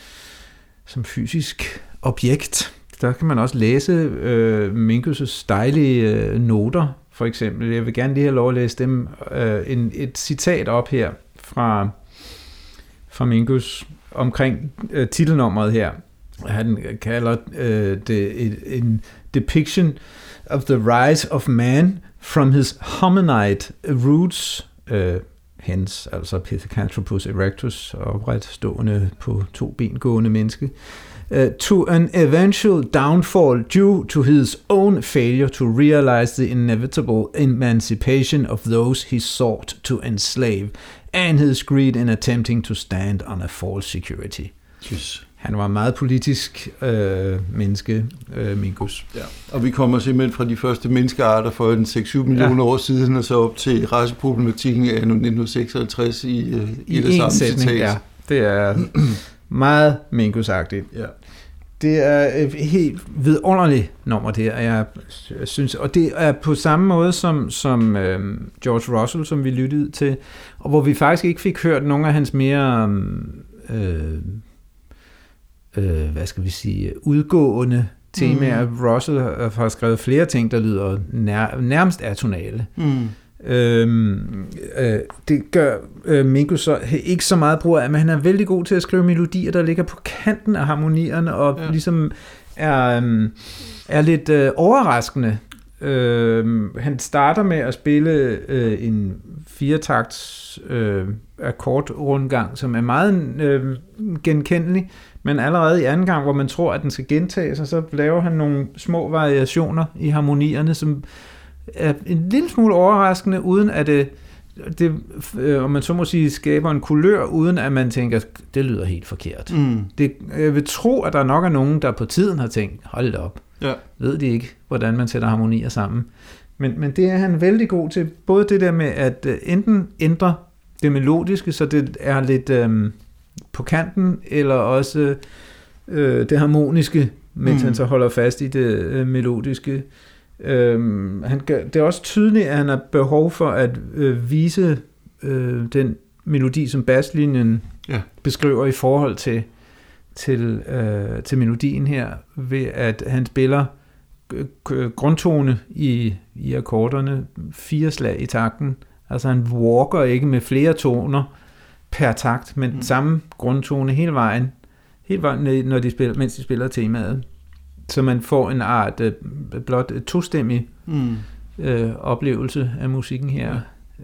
fysisk objekt. Der kan man også læse Minkus' dejlige noter, for eksempel. Jeg vil gerne lige have lov at læse dem. Et citat op her fra Minkus omkring titelnummeret her. Han kalder det en depiction of the rise of man from his hominid roots, hens altså Pithecanthropus erectus, opretstående på 2 ben gående menneske, to an eventual downfall due to his own failure to realize the inevitable emancipation of those he sought to enslave, and his greed in attempting to stand on a false security. Yes. Han var en meget politisk menneske, Minkus. Ja. Og vi kommer simpelthen fra de første menneskearter for 6-7 millioner år siden, og så op til raceproblematikken af 1956 i det samme citat. Ja, det er meget Minkus-agtigt. Ja. Det er et helt vidunderligt nummer, det her, jeg synes. Og det er på samme måde som George Russell, som vi lyttede til, og hvor vi faktisk ikke fik hørt nogle af hans mere hvad skal vi sige, udgående temaer. Russell har skrevet flere ting, der lyder nærmest atonale. Det gør Minkus så ikke så meget brug af, men han er vældig god til at skrive melodier, der ligger på kanten af harmonierne, og ligesom er lidt overraskende. Han starter med at spille en 4-takts akkordrundgang, som er meget genkendelig, men allerede i anden gang, hvor man tror, at den skal gentage sig, så laver han nogle små variationer i harmonierne, som er en lille smule overraskende, uden at det om man så må sige, skaber en kulør, uden at man tænker, det lyder helt forkert. Jeg vil tro, at der nok er nogen, der på tiden har tænkt, hold da op, ved de ikke, hvordan man sætter harmonier sammen. Men det er han vældig god til, både det der med at enten ændre det melodiske, så det er lidt på kanten, eller også det harmoniske, mens han så holder fast i det melodiske. Det er også tydeligt, at han har behov for at vise den melodi, som basslinjen beskriver i forhold til melodien her, ved at han spiller grundtone i akkorderne, 4 slag i takten. Altså han walker ikke med flere toner per takt, men samme grundtone hele vejen ned, mens de spiller temaet. Så man får en art blot tostemmig oplevelse af musikken her.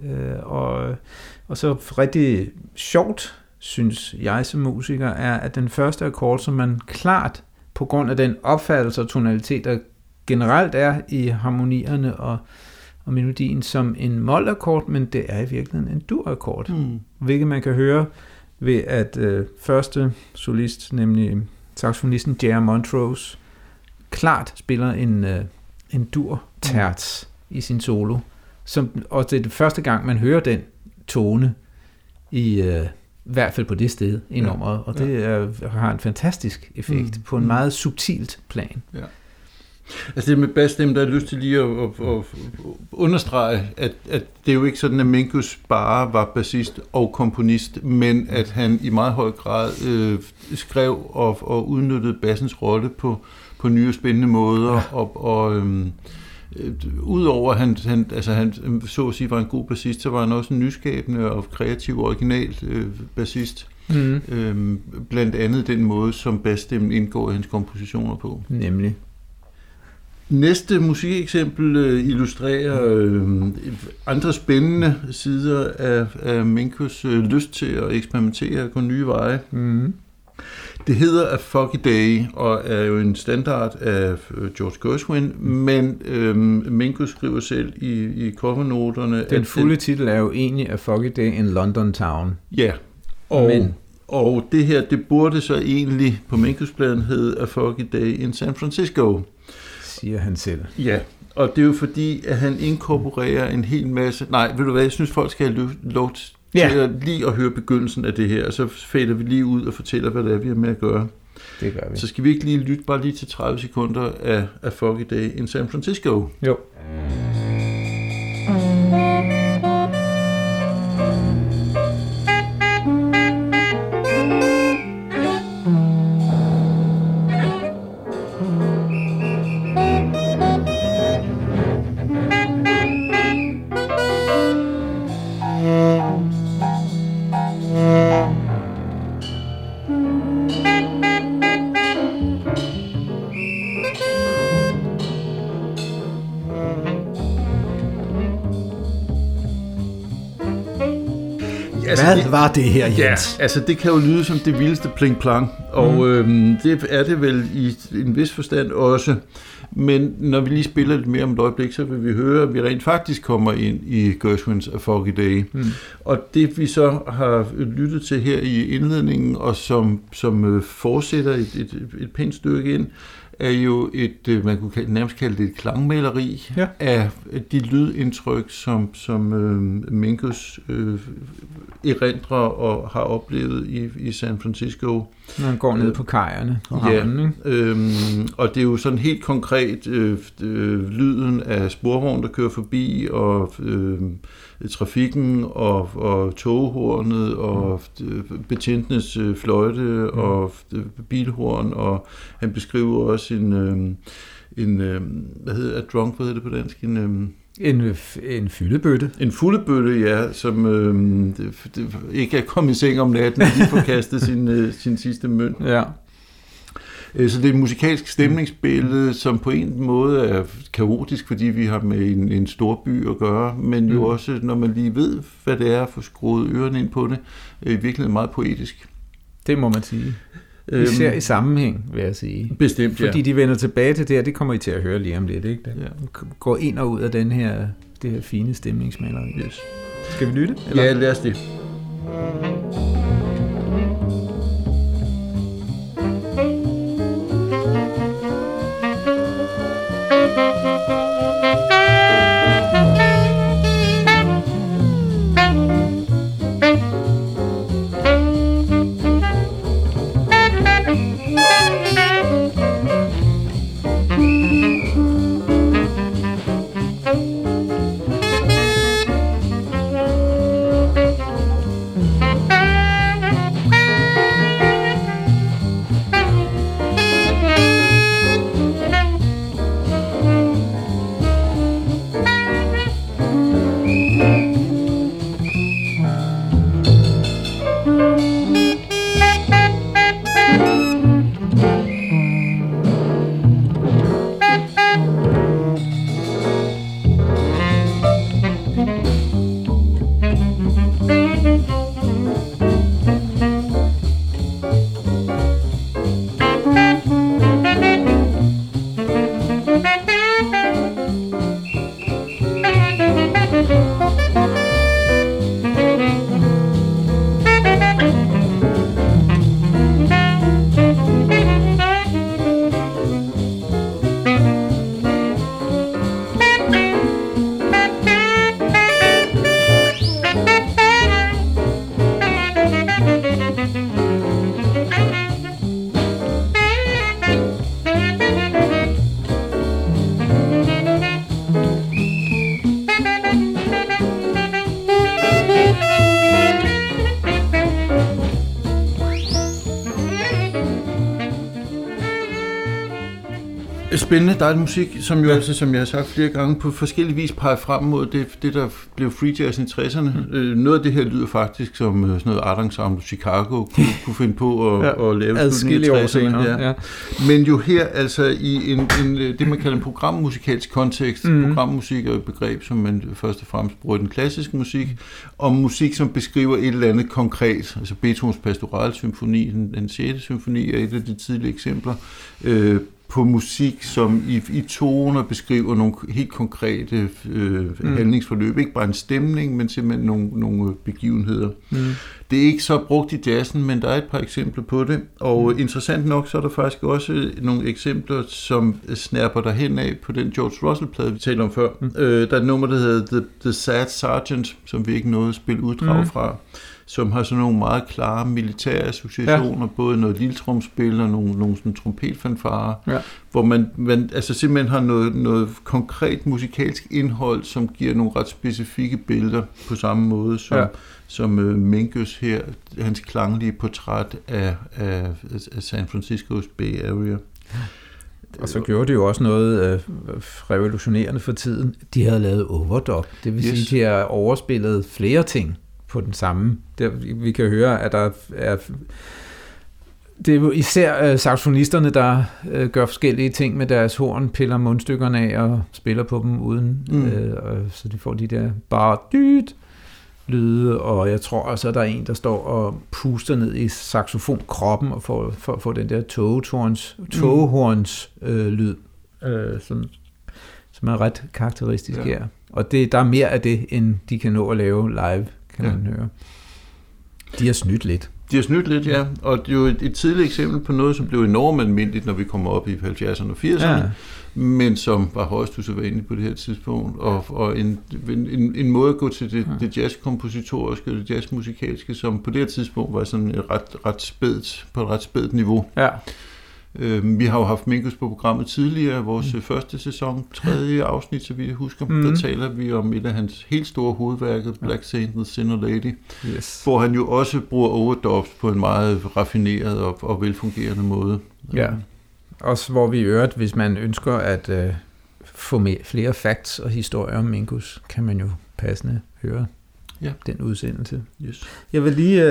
Og så rigtig sjovt, synes jeg som musiker, er, at den første akkord, som man klart, på grund af den opfattelse og tonalitet, der generelt er i harmonierne og melodien, som en mol-akkord, men det er i virkeligheden en dur-akkord. Hvilket man kan høre ved, at første solist, nemlig saxofonisten Jerry Montrose, klart spiller en dur-terts i sin solo. Og det er det første gang, man hører den tone i hvert fald på det sted i nummeret, og det har en fantastisk effekt på en meget subtilt plan. Ja. Altså det med bassstemme, der er lyst til lige at understrege, at det er jo ikke sådan, at Minkus bare var bassist og komponist, men at han i meget høj grad skrev og udnyttede bassens rolle på nye og spændende måder, udover han så at sige var en god bassist, så var han også en nyskabende og kreativ original bassist. Blandt andet den måde, som bassstemmen indgår i hans kompositioner på. Nemlig. Næste musikeksempel illustrerer andre spændende sider af Minkus lyst til at eksperimentere og gå nye veje. Det hedder A Foggy Day, og er jo en standard af George Gershwin, men Minkus skriver selv i covernoterne... Den fulde titel er jo egentlig A Foggy Day in London Town. Ja, og det her, det burde så egentlig på Minkus-pladen hedde A Foggy Day in San Francisco. Siger han selv. Ja, og det er jo fordi, at han inkorporerer en hel masse... Nej, ved du hvad, jeg synes, folk skal have lov til at lige at høre begyndelsen af det her, og så fader vi lige ud og fortæller, hvad det er, vi har med at gøre. Det gør vi. Så skal vi ikke lige lytte bare lige til 30 sekunder af A Foggy Day in San Francisco? Jo. Hvad var det her, Jens? Ja, altså det kan jo lyde som det vildeste pling-plang, og det er det vel i en vis forstand også. Men når vi lige spiller lidt mere om et øjeblik, så vil vi høre, at vi rent faktisk kommer ind i Gershwins A Foggy Day. Og det vi så har lyttet til her i indledningen, og som fortsætter et pænt stykke ind, er jo et, man kunne nærmest kalde det et klangmaleri af de lydindtryk, som Minkus erindrer og har oplevet i San Francisco. Når han går ned på kajerne på havnen, ikke? Og det er jo sådan helt konkret lyden af sporvogn, der kører forbi, og trafikken, og toghornet, og betjentenes fløjte, og bilhorn, og han beskriver også hvad hedder det på dansk? En fyldebøtte. En fyldebøtte, ja, som ikke er kommet i seng om natten, og lige får kastet sin sidste mønt. Ja. Så det er et musikalsk stemningsbillede, som på en måde er kaotisk, fordi vi har med en stor by at gøre, men jo også, når man lige ved, hvad det er, at få skruet ørerne ind på det, er i virkeligheden meget poetisk. Det må man sige. Især i sammenhæng, vil jeg sige. Bestemt, fordi de vender tilbage til det kommer I til at høre lige om lidt, ikke? Går ind og ud af det her fine stemningsmaleri. Yes. Skal vi lytte? Eller? Ja, lad os det. spændende, dejlig musik, som jo altså, som jeg har sagt flere gange, på forskellige vis peger frem mod det der blev free jazz i 60'erne. Noget af det her lyder faktisk som sådan noget Art Ensemble Chicago kunne finde på at lave adskillige år senere. Ja. Men jo her altså i en det man kalder en programmusikalsk kontekst. Programmusik er et begreb, som man først og fremmest bruger i den klassiske musik, og musik, som beskriver et eller andet konkret. Altså Beethovens Pastoralsymfoni, den 6. symfoni, er et af de tidlige eksempler på musik, som i toner beskriver nogle helt konkrete handlingsforløb. Ikke bare en stemning, men simpelthen nogle begivenheder. Det er ikke så brugt i jazzen, men der er et par eksempler på det. Og interessant nok, så er der faktisk også nogle eksempler, som snærper derhen af på den George Russell-plade, vi talte om før. Der er et nummer, der hedder The Sad Sergeant, som vi ikke nåede at spille uddrag fra, som har sådan nogle meget klare militære associationer, både noget lilletrumspil og nogle sådan trompetfanfarer, hvor man altså simpelthen har noget konkret musikalsk indhold, som giver nogle ret specifikke billeder på samme måde som Minkus her, hans klanglige portræt af San Franciscos Bay Area. Og så gjorde det jo også noget revolutionerende for tiden. De havde lavet overdub, det vil sige, de har overspillet flere ting på den samme. Vi kan høre, at der er... Det er jo især saxofonisterne, der gør forskellige ting med deres horn, piller mundstykkerne af og spiller på dem uden, så de får de der bare dyt lyde, og jeg tror også, at der er en, der står og puster ned i saxofonkroppen og for at få den der togehorns lyd, som er ret karakteristisk her. Og der er mere af det, end de kan nå at lave live, kan man høre. De har snydt lidt. Ja. Og det er jo et tidligt eksempel på noget, som blev enormt almindeligt, når vi kommer op i 70'erne og 80'erne, men som var højst usædvanligt på det her tidspunkt. Og en måde at gå til det jazzkompositoriske og det jazzmusikalske, som på det her tidspunkt var sådan på et ret spædt niveau. Ja. Vi har jo haft Minkus på programmet tidligere, vores første sæson, 3. afsnit, så vidt jeg husker. Der taler vi om et af hans helt store hovedværker, Black Saint and the Sinner Lady, hvor han jo også bruger overdubs på en meget raffineret og velfungerende måde. Ja, også hvor vi øvrigt, hvis man ønsker at få flere facts og historier om Minkus, kan man jo passende høre den udsendelse. Yes. Jeg vil lige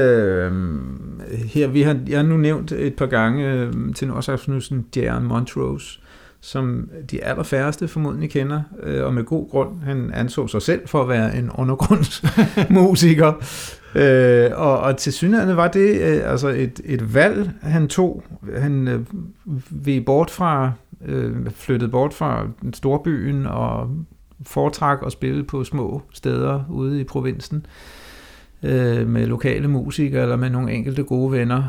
jeg har nu nævnt et par gange til Nordsaxofonisten Jaron Montrose, som de allerfærreste formodentlig kender, og med god grund. Han anså sig selv for at være en undergrundsmusiker, og til synligheden var det altså et valg, han tog. Han flyttede bort fra storbyen og foretrak at spille på små steder ude i provinsen med lokale musikere eller med nogle enkelte gode venner.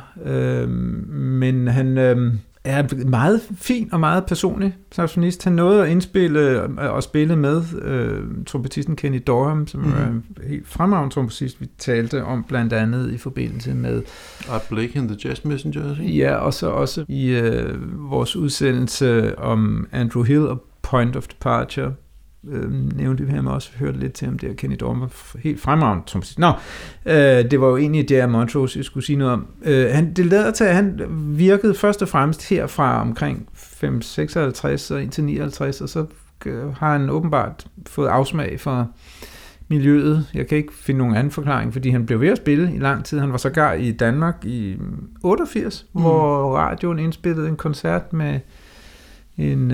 Men han er meget fin og meget personlig saxofonist. Han nåede at indspille og spille med trompetisten Kenny Dorham, som er en helt fremragende trompetist, vi talte om blandt andet i forbindelse med Art Blakey and the Jazz Messengers. Ja, og så også i vores udsendelse om Andrew Hill og Point of Departure. Nævnte vi ham også, hørte lidt til ham der, Kenny Dorham var helt fremragende trompetist. Det var jo egentlig Jaron Montrose, jeg skulle sige noget om. Det lader til, at han virkede først og fremmest her fra omkring 5-56 og indtil 59, og så har han åbenbart fået afsmag for miljøet. Jeg kan ikke finde nogen anden forklaring, fordi han blev ved at spille i lang tid. Han var sågar i Danmark i 88, hvor radioen indspillede en koncert med en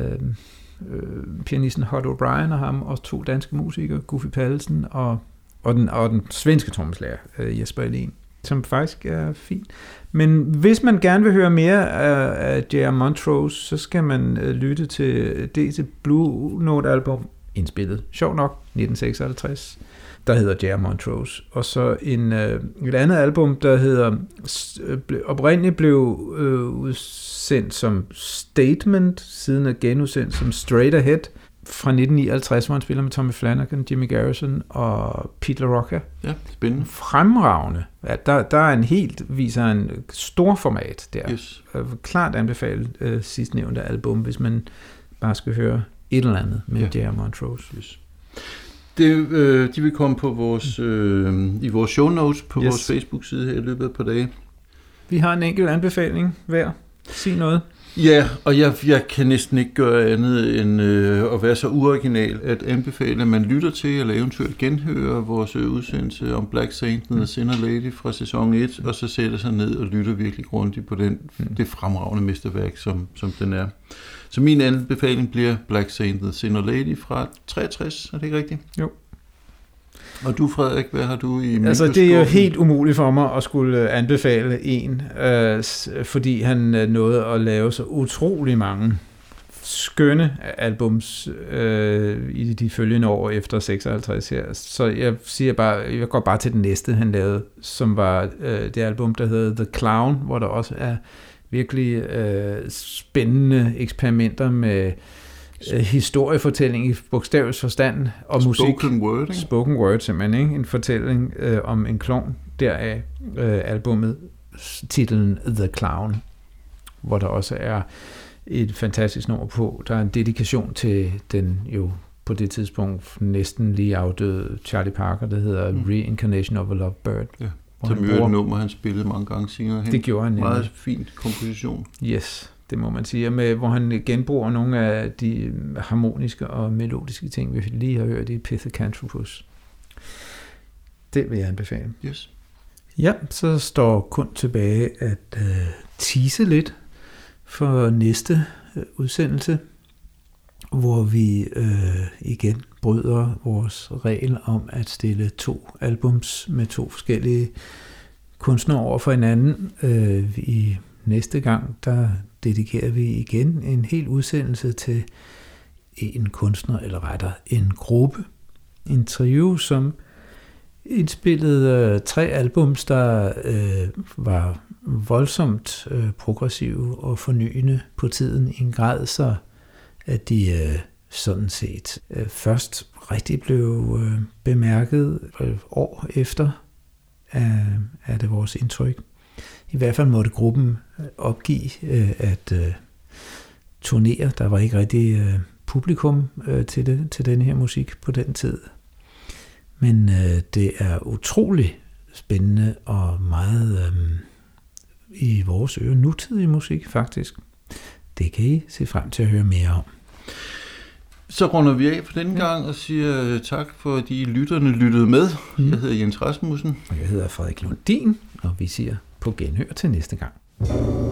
pianisten Hot O'Brien og ham, og 2 danske musikere, Guffi Pallesen og den svenske trommeslager Jesper Elin, som faktisk er fint. Men hvis man gerne vil høre mere af Jaron Montrose, så skal man lytte til Blue Note album, indspillet, sjov nok, 1956, der hedder Jaron Montrose. Og så et andet album, der hedder, oprindeligt blev udsendt som Statement, siden er genudsendt som Straight Ahead, fra 1959, hvor han spiller med Tommy Flanagan, Jimmy Garrison og Pete LaRocca. Ja, spændende. Fremragende. Ja, der er viser en stor format der. Yes. Klart anbefale sidstnævnte album, hvis man bare skal høre et eller andet med Jaron Montrose. Yes. De vil komme på i vores show notes på vores Facebook-side her i løbet af et par dage. Vi har en enkelt anbefaling hver. Sig noget. Ja, og jeg kan næsten ikke gøre andet end at være så uoriginal, at anbefale, at man lytter til, eller eventuelt genhører vores udsendelse om Black Saint and the Sinner Lady fra sæson 1, og så sætter sig ned og lytter virkelig grundigt på det fremragende mesterværk, som den er. Så min anbefaling bliver Black Saint and the Sinner Lady fra 63, er det ikke rigtigt? Jo. Og du, Frederik, hvad har du i Altså, det er jo helt umuligt for mig at skulle anbefale en, fordi han nåede at lave så utrolig mange skønne albums i de følgende år efter 56 her. Så jeg går bare til den næste, han lavede, som var det album, der hedder The Clown, hvor der også er virkelig spændende eksperimenter med historiefortælling i bogstavets forstand og musik. Spoken word, ikke? Spoken word, simpelthen, ikke? En fortælling om en klovn, deraf albumet, titlen The Clown, hvor der også er et fantastisk nummer på. Der er en dedikation til den jo på det tidspunkt næsten lige afdøde Charlie Parker, der hedder Reincarnation of a Lovebird. Ja, som jo er et nummer, han spillede mange gange senere hen. Det gjorde han. Meget fint komposition. Yes, det må man sige. Hvor han genbruger nogle af de harmoniske og melodiske ting, vi lige har hørt i Pithecanthropus. Det vil jeg anbefale. Yes. Ja, så står kun tilbage at tease lidt for næste udsendelse, hvor vi igen bryder vores regel om at stille 2 albums med 2 forskellige kunstnere over for hinanden. I næste gang, der dedikerer vi igen en hel udsendelse til en kunstner, eller rettere en gruppe, en trio, som indspillede 3 albums, der var voldsomt progressive og fornyende på tiden i en grad, så at de sådan set først rigtig blev bemærket år efter, er det vores indtryk. I hvert fald måtte gruppen opgive at turnere. Der var ikke rigtig publikum til den her musik på den tid. Men det er utrolig spændende og meget i vores øre nutidig musik, faktisk. Det kan I se frem til at høre mere om. Så runder vi af for denne gang og siger tak, fordi lytterne lyttede med. Jeg hedder Jens Rasmussen. Og jeg hedder Frederik Lundin, og vi siger på genhør til næste gang.